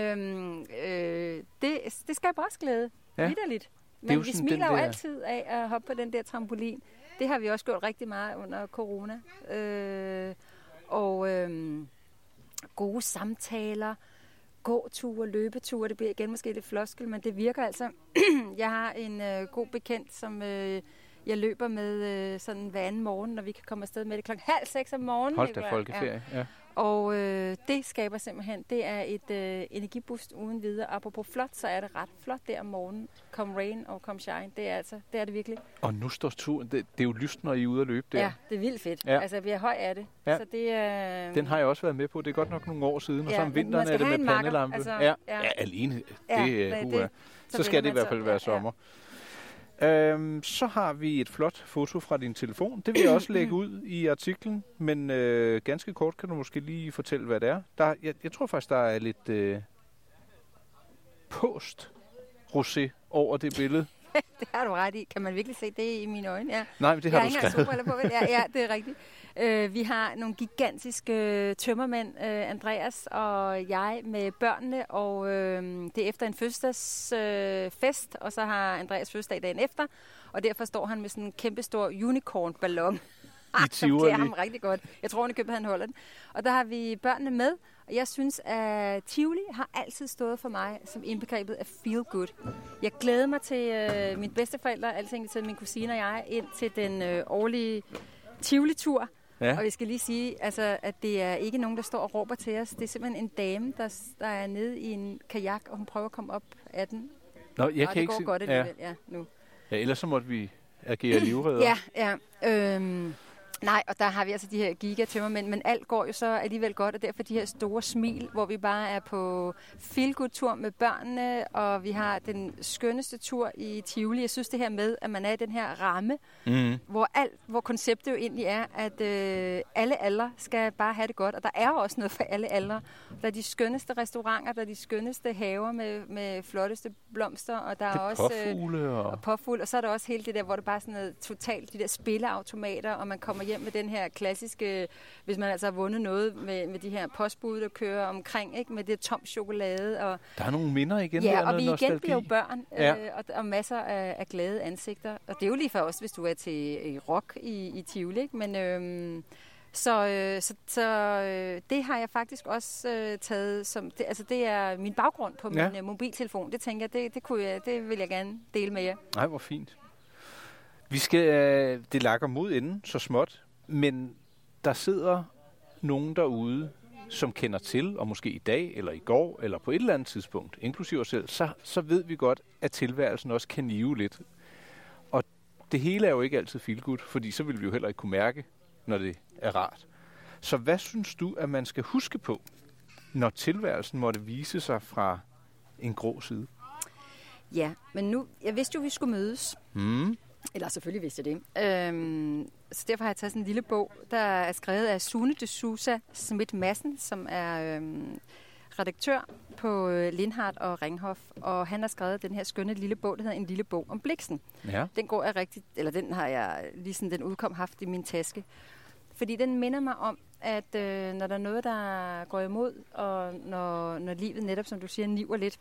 det skaber også glæde. Ja. Vitterligt. Men vi smiler jo altid af at hoppe på den der trampolin. Det har vi også gjort rigtig meget under corona. Gode samtaler, gåture, løbeture. Det bliver igen måske lidt floskel, men det virker altså. Jeg har en god bekendt, som jeg løber med sådan hver anden morgen, når vi kan komme afsted med det 5:30 om morgenen. Hold da folkeferie, ja. Og det skaber simpelthen, det er et energiboost uden videre. Apropos flot, så er det ret flot der om morgenen. Come rain og come shine, det er det virkelig. Og nu står turen, det er jo lyst, når I er ude at løbe der. Ja, det er vildt fedt. Ja. Altså, jeg bliver høj af det. Ja. Så det, den har jeg også været med på, det er godt nok nogle år siden, og så om vinteren er det med pandelampe. Altså, alene, så skal det i hvert fald være sommer. Så har vi et flot foto fra din telefon. Det vil jeg også lægge ud i artiklen, men ganske kort kan du måske lige fortælle, hvad det er. Jeg tror faktisk, der er lidt post-rosé over det billede. Det har du ret i. Kan man virkelig se det i mine øjne? Ja. Nej, men det har du skrevet. Ja, det er rigtigt. Vi har nogle gigantiske tømmermænd, Andreas og jeg, med børnene, og det er efter en fødselsdagsfest, og så har Andreas fødselsdag dagen efter, og derfor står han med sådan en kæmpestor unicorn-ballon. I Tivoli. Det er ham rigtig godt. Jeg tror, han holder den. Og der har vi børnene med, og jeg synes, at Tivoli har altid stået for mig som indbegrebet af feel good. Jeg glæder mig til mine bedsteforældre, altså til min kusine og jeg, ind til den årlige Tivoli-tur. Ja. Og vi skal lige sige, altså, at det er ikke nogen, der står og råber til os. Det er simpelthen en dame, der er nede i en kajak, og hun prøver at komme op af den. Nå, jeg kan det ikke går godt alligevel, nu. Ja, ellers så måtte vi agere livredder. Ja. Nej, og der har vi altså de her gigatømmermænd, men alt går jo så alligevel godt, og derfor de her store smil, hvor vi bare er på feel-good-tur med børnene, og vi har den skønneste tur i Tivoli. Jeg synes det her med, at man er i den her ramme, hvor konceptet jo egentlig er, at alle aldre skal bare have det godt, og der er jo også noget for alle aldre. Der er de skønneste restauranter, der er de skønneste haver med flotteste blomster, og der er også påfugle, og så er der også hele det der, hvor det bare er sådan noget totalt, de der spilleautomater, og man kommer hjem med den her klassiske, hvis man altså har vundet noget med de her postbud, der kører omkring, ikke, med det tom chokolade. Og der er nogle minder igen. Ja, og vi igen bliver jo børn, og masser af glade ansigter. Og det er jo lige for os, hvis du er til rock i Tivoli, ikke? Men så det har jeg faktisk også taget som, det er min baggrund på min mobiltelefon. Det tænker jeg, det vil jeg gerne dele med jer. Nej, hvor fint. Vi skal, det lakker mod enden så småt, men der sidder nogen derude, som kender til, og måske i dag, eller i går, eller på et eller andet tidspunkt, inklusive os selv, så ved vi godt, at tilværelsen også kan nive lidt. Og det hele er jo ikke altid feelgood, fordi så vil vi jo heller ikke kunne mærke, når det er rart. Så hvad synes du, at man skal huske på, når tilværelsen måtte vise sig fra en grå side? Ja, men nu, jeg vidste jo, at vi skulle mødes. Eller selvfølgelig vidste jeg det. Så derfor har jeg taget sådan en lille bog, der er skrevet af Sune de Sousa Schmidt Madsen, som er redaktør på Lindhardt og Ringhof, og han har skrevet den her skønne lille bog, der hedder En lille bog om Blixen. Ja. Den har jeg, lige siden den udkom, haft i min taske. Fordi den minder mig om, at når der er noget, der går imod, og når livet netop, som du siger, niver lidt,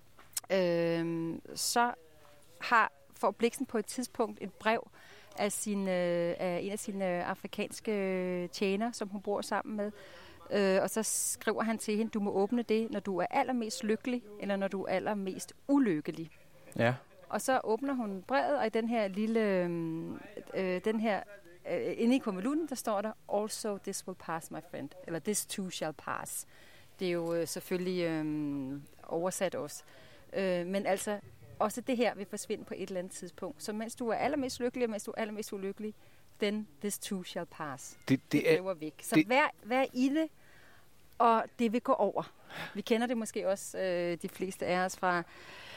så får Blixen på et tidspunkt et brev af en af sine afrikanske tjenere, som hun bor sammen med. Og så skriver han til hende, du må åbne det, når du er allermest lykkelig, eller når du er allermest ulykkelig. Ja. Og så åbner hun brevet, og i den her lille, inde i konvolutten, der står der, also this will pass, my friend. Eller this too shall pass. Det er jo selvfølgelig oversat også. Men altså, også det her vil forsvinde på et eller andet tidspunkt. Så mens du er allermest lykkelig, og mens du er allermest ulykkelig, then this too shall pass. Det løber væk. Så vær i det, og det vil gå over. Vi kender det måske også, de fleste af os, fra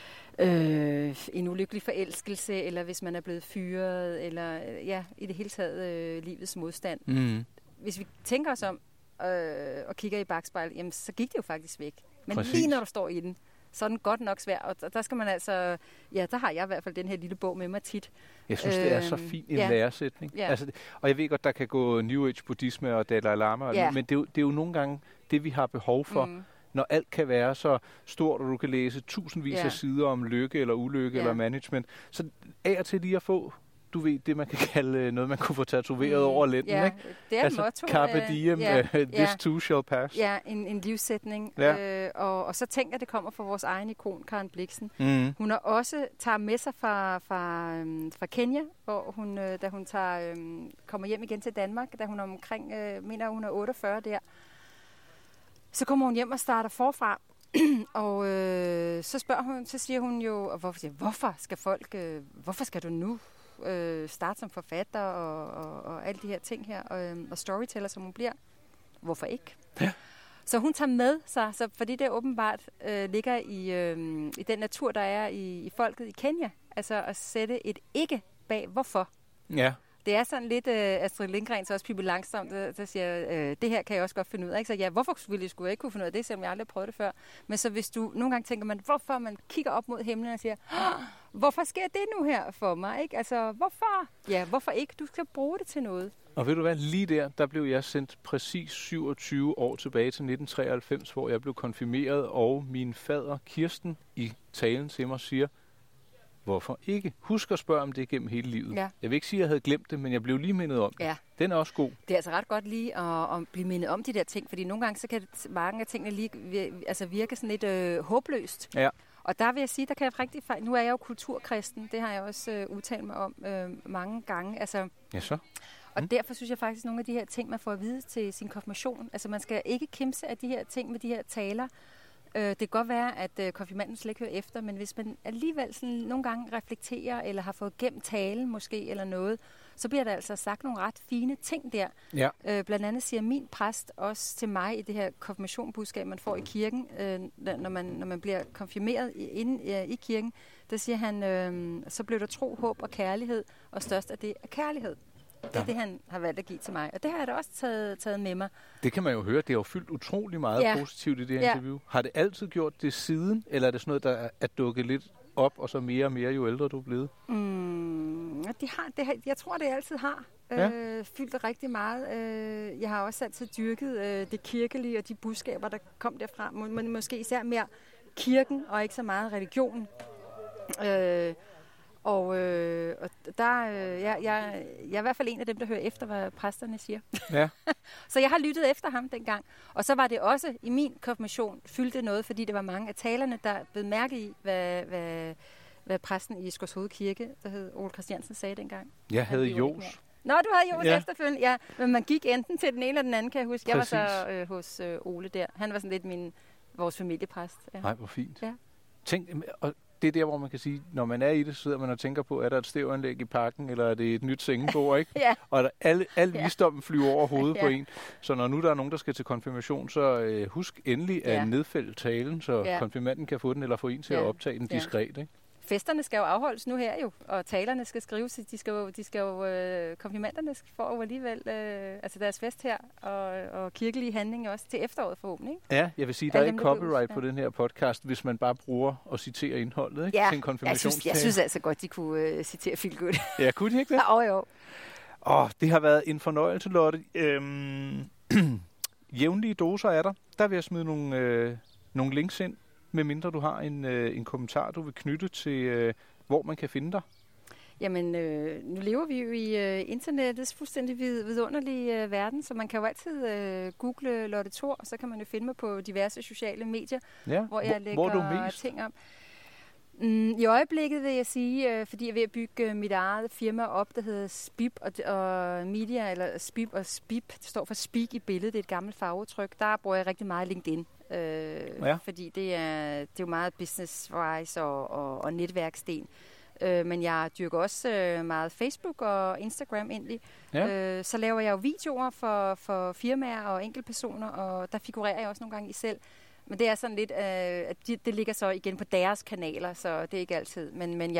en ulykkelig forelskelse, eller hvis man er blevet fyret, eller i det hele taget livets modstand. Mm. Hvis vi tænker os om og kigger i bagspejlet, jamen, så gik det jo faktisk væk. Men præcis. Lige når du står i den, så er den godt nok svær, og der skal man altså, der har jeg i hvert fald den her lille bog med mig tit. Jeg synes, det er så fin en læresætning. Ja. Altså, og jeg ved godt, der kan gå New Age buddhisme og Dalai Lama, men det er jo nogle gange det, vi har behov for, når alt kan være så stort, og du kan læse tusindvis af sider om lykke eller ulykke eller management. Så af og til lige at få, du ved, det man kan kalde noget, man kunne få tatoveret over lænden, ikke? Det er et motto. Carpe diem, this too shall pass. Ja, en livssætning. Ja. Og så tænker jeg, det kommer fra vores egen ikon, Karen Blixen. Mm. Hun har også tager med sig fra Kenya, hvor hun, da hun kommer hjem igen til Danmark, da hun er omkring, mener hun er 48 der, så kommer hun hjem og starter forfra. Og så siger hun jo, hvorfor skal du nu starte som forfatter og alle de her ting her, og storyteller, som hun bliver? Hvorfor ikke? Ja. Så hun tager med sig, fordi det åbenbart ligger i den natur, der er i folket i Kenya, altså at sætte et ikke bag hvorfor. Ja. Det er sådan lidt Astrid Lindgren, så også Pippi Langstrømpe, der siger, det her kan jeg også godt finde ud af. Ikke? Så hvorfor skulle jeg ikke kunne finde ud af det, selvom jeg aldrig har prøvet det før? Men så hvis du nogle gange tænker, hvorfor man kigger op mod himlen og siger, hvorfor sker det nu her for mig? Ikke? Altså, hvorfor? Ja, hvorfor ikke? Du skal bruge det til noget. Og ved du hvad, lige der blev jeg sendt præcis 27 år tilbage til 1993, hvor jeg blev konfirmeret, og min fader Kirsten i talen til mig siger, hvorfor ikke? Husk at spørge om det gennem hele livet. Ja. Jeg vil ikke sige, at jeg havde glemt det, men jeg blev lige mindet om det. Ja. Den er også god. Det er altså ret godt lige at blive mindet om de der ting, fordi nogle gange så kan mange af tingene lige virke sådan lidt håbløst. Ja. Og der vil jeg sige, der kan jeg rigtig nu er jeg jo kulturkristen, det har jeg også udtalt mig om mange gange. Altså, ja, så. Og derfor synes jeg faktisk, at nogle af de her ting, man får at vide til sin konfirmation, altså man skal ikke kimse af de her ting med de her taler. Det kan godt være, at konfirmanden slet ikke hører efter, men hvis man alligevel sådan nogle gange reflekterer, eller har fået gemt talen måske, eller noget, så bliver der altså sagt nogle ret fine ting der. Ja. Blandt andet siger min præst også til mig i det her konfirmationbudskab, man får i kirken, når man bliver konfirmeret inde i kirken, der siger han, så bliver der tro, håb og kærlighed, og størst af det er kærlighed. Det er det, han har valgt at give til mig. Og det har jeg da også taget med mig. Det kan man jo høre. Det har jo fyldt utrolig meget positivt i det her interview. Har det altid gjort det siden, eller er det sådan noget, der er dukket lidt op, og så mere og mere, jo ældre du er blevet? Jeg tror, det altid har fyldt rigtig meget. Jeg har også altid dyrket det kirkelige og de budskaber, der kom derfra. Men måske især mere kirken, og ikke så meget religion. Og der, jeg er i hvert fald en af dem, der hører efter, hvad præsterne siger. Ja. Så jeg har lyttet efter ham dengang. Og så var det også i min konfirmation fyldte noget, fordi det var mange af talerne, der blev mærke i, hvad præsten i Skorshoved Kirke, der hed Ole Christiansen, sagde dengang. Jeg havde Jos. Nå, du havde Jos efterfølgende. Ja, men man gik enten til den ene eller den anden, kan jeg huske. Præcis. Jeg var så hos Ole der. Han var sådan lidt vores familiepræst. Ja. Nej, hvor fint. Ja. Tænk, det er der, hvor man kan sige, når man er i det, så sidder man og tænker på, er der et stævanlæg i parken, eller er det et nyt sengebord, ikke? Ja. Og al visdommen flyver over hovedet på en. Så når nu der er nogen, der skal til konfirmation, så husk endelig at nedfælde talen, så konfirmanden kan få den, eller få en til at optage den diskret, ikke? festerne skal jo afholdes nu her jo, og talerne skal skrives, komplimenterne får jo alligevel altså deres fest her, og kirkelige handlinger også til efteråret forhåbentlig. Ikke? Ja, jeg vil sige, der er ikke copyright på den her podcast, hvis man bare bruger og citerer indholdet, ikke? Ja, til en konfirmationstale. jeg synes altså godt, de kunne citere Feel Good. Ja, kunne de ikke det? Jo. Det har været en fornøjelse, Lotte. Jævnlige doser er der. Der vil jeg smide nogle links ind, medmindre du har en kommentar, du vil knytte til, hvor man kan finde dig. Jamen, nu lever vi jo i internettets fuldstændig vidunderlige verden, så man kan jo altid google Lotte Thor, og så kan man jo finde mig på diverse sociale medier, hvor jeg lægger ting om. I øjeblikket vil jeg sige, fordi jeg er ved at bygge mit eget firma op, der hedder Spib og Media, eller Spib og Spib, det står for Speak i billedet, det er et gammelt fagudtryk. Der bruger jeg rigtig meget LinkedIn, fordi det er jo meget business-wise og netværksten. Men jeg dyrker også meget Facebook og Instagram egentlig. Ja. Så laver jeg jo videoer for firmaer og enkeltpersoner, og der figurerer jeg også nogle gange i selv. Men det er sådan lidt, at det ligger så igen på deres kanaler, så det er ikke altid. Men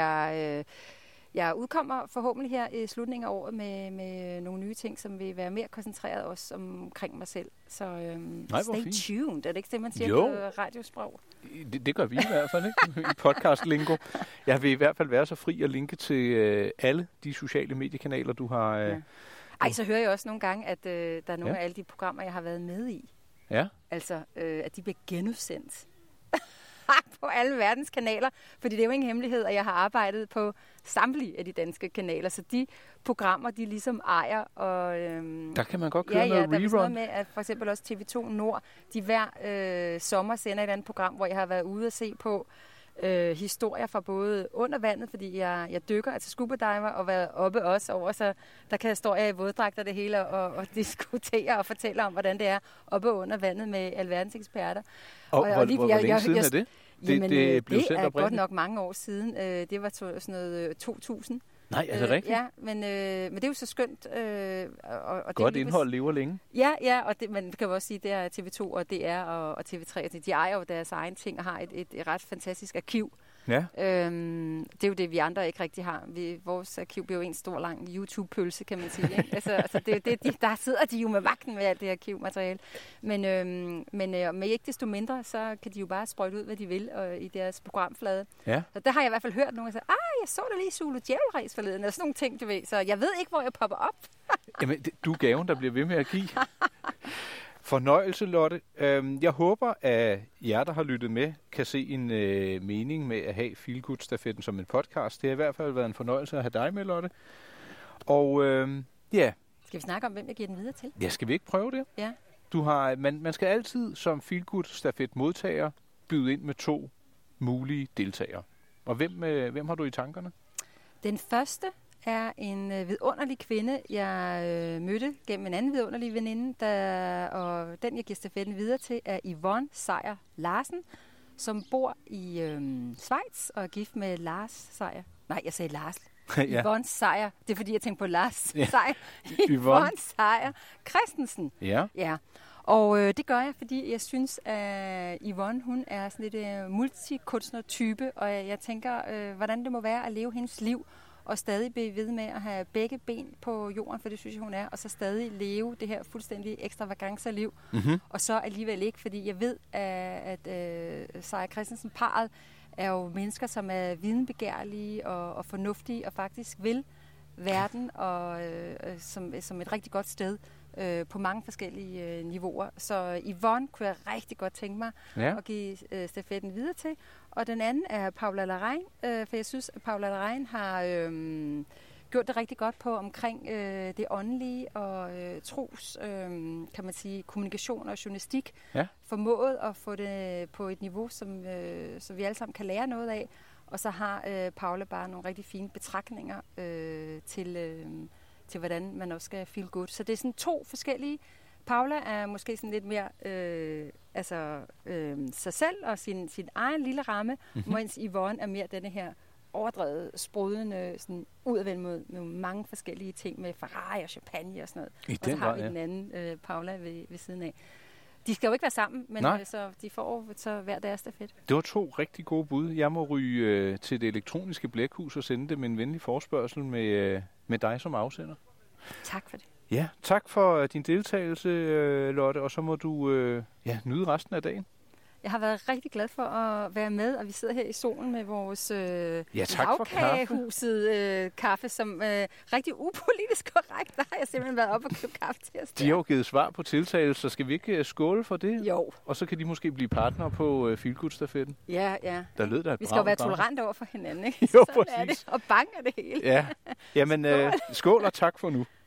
jeg udkommer forhåbentlig her i slutningen af året med nogle nye ting, som vil være mere koncentreret også omkring mig selv. Så stay tuned, er det ikke det, man siger på radiosprog? Det gør vi i hvert fald, ikke? Podcast-lingo. Jeg vil i hvert fald være så fri at linke til alle de sociale mediekanaler, du har... Så hører jeg også nogle gange, at der er nogle af alle de programmer, jeg har været med i. Ja. Altså, at de bliver genudsendt på alle verdens kanaler, fordi det er jo ingen hemmelighed, at jeg har arbejdet på samtlige af de danske kanaler, så de programmer, de ligesom ejer. Og, der kan man godt køre noget rerun. Der er noget med, at for eksempel også TV2 Nord, de hver sommer sender et andet program, hvor jeg har været ude og se på historier fra både under vandet, fordi jeg dykker, altså scuba diver, og været oppe også over, så der står jeg i våddragter det hele og diskuterer og fortæller om, hvordan det er oppe under vandet med alverdens eksperter. Og hvor længe siden er det? Det er godt nok mange år siden. Det var sådan noget 2000. Nej, er det rigtigt? Ja, men det er jo så skønt. Og godt indhold lever længe. Ja, og man kan jo også sige, det er TV2 og DR og TV3. De ejer jo deres egen ting og har et ret fantastisk arkiv. Ja. Det er jo det, vi andre ikke rigtig har. Vores arkiv bliver jo en stor lang YouTube-pølse, kan man sige. Ikke? altså der sidder de jo med vagten med alt det arkivmateriale. Men ikke desto mindre, så kan de jo bare sprøjte ud, hvad de vil i deres programflade. Ja. Så der har jeg i hvert fald hørt nogen, der siger, jeg så da lige Zulu Djævelræs forleden, og sådan nogle ting, du ved. Så jeg ved ikke, hvor jeg popper op. Jamen, du er gaven, der bliver ved med at give. Fornøjelse, Lotte. Jeg håber, at jer, der har lyttet med, kan se en mening med at have Feel Good-stafetten som en podcast. Det har i hvert fald været en fornøjelse at have dig med, Lotte. Og Skal vi snakke om, hvem jeg giver den videre til? Ja, skal vi ikke prøve det? Ja. Man skal altid som Feel Good-stafet-modtager byde ind med 2 mulige deltagere. Og hvem har du i tankerne? Den første er en vidunderlig kvinde, jeg mødte gennem en anden vidunderlig veninde, og den, jeg giver stafetten videre til, er Yvonne Sejer Larsen, som bor i Schweiz og er gift med Lars Sejer. Nej, jeg sagde Lars. Yvonne Sejer. Det er, fordi jeg tænkte på Lars Sejer. Yvonne Sejer Christensen. Ja. Og det gør jeg, fordi jeg synes, at Yvonne, hun er sådan lidt multikunstner-type, og jeg tænker, hvordan det må være at leve hendes liv, og stadig blive ved med at have begge ben på jorden, for det synes jeg, hun er, og så stadig leve det her fuldstændig ekstravaganza-liv. Mm-hmm. Og så alligevel ikke, fordi jeg ved, at Sejer Christensen-parret er jo mennesker, som er videnbegærlige og fornuftige, og faktisk vil verden og som et rigtig godt sted på mange forskellige niveauer. Så Yvonne kunne jeg rigtig godt tænke mig at give stafetten videre til. Og den anden er Paula Larraín, for jeg synes, at Paula Larraín har gjort det rigtig godt på omkring det åndelige og tros, kan man sige, kommunikation og journalistik. Ja. Formået at få det på et niveau, som vi alle sammen kan lære noget af. Og så har Paula bare nogle rigtig fine betragtninger til hvordan man også skal feel good. Så det er sådan 2 forskellige. Paula er måske sådan lidt mere sig selv og sin egen lille ramme, mens Yvonne er mere denne her overdrevet, sprudende, sådan udadvendt med mange forskellige ting med Ferrari og champagne og sådan noget. Og så har vi den anden Paula ved siden af. De skal jo ikke være sammen, men Nej. så de får så hver deres stafet. Det var 2 rigtig gode bud. Jeg må ryge til det elektroniske blækhus og sende dem en venlig forespørgsel med dig som afsender. Tak for det. Ja, tak for din deltagelse, Lotte, og så må du nyde resten af dagen. Jeg har været rigtig glad for at være med, og vi sidder her i solen med vores lavkagehuset kaffe, som rigtig upolitisk korrekt. Der har jeg simpelthen været op og købe kaffe til os. De har jo givet svar på tiltagelse, så skal vi ikke skåle for det? Jo. Og så kan de måske blive partnere på Feelgood-stafetten. Ja. Der lød der et vi skal jo være tolerante over for hinanden, ikke? Jo, sådan præcis. er det. Og bange er det hele. Ja. Jamen, skål og tak for nu.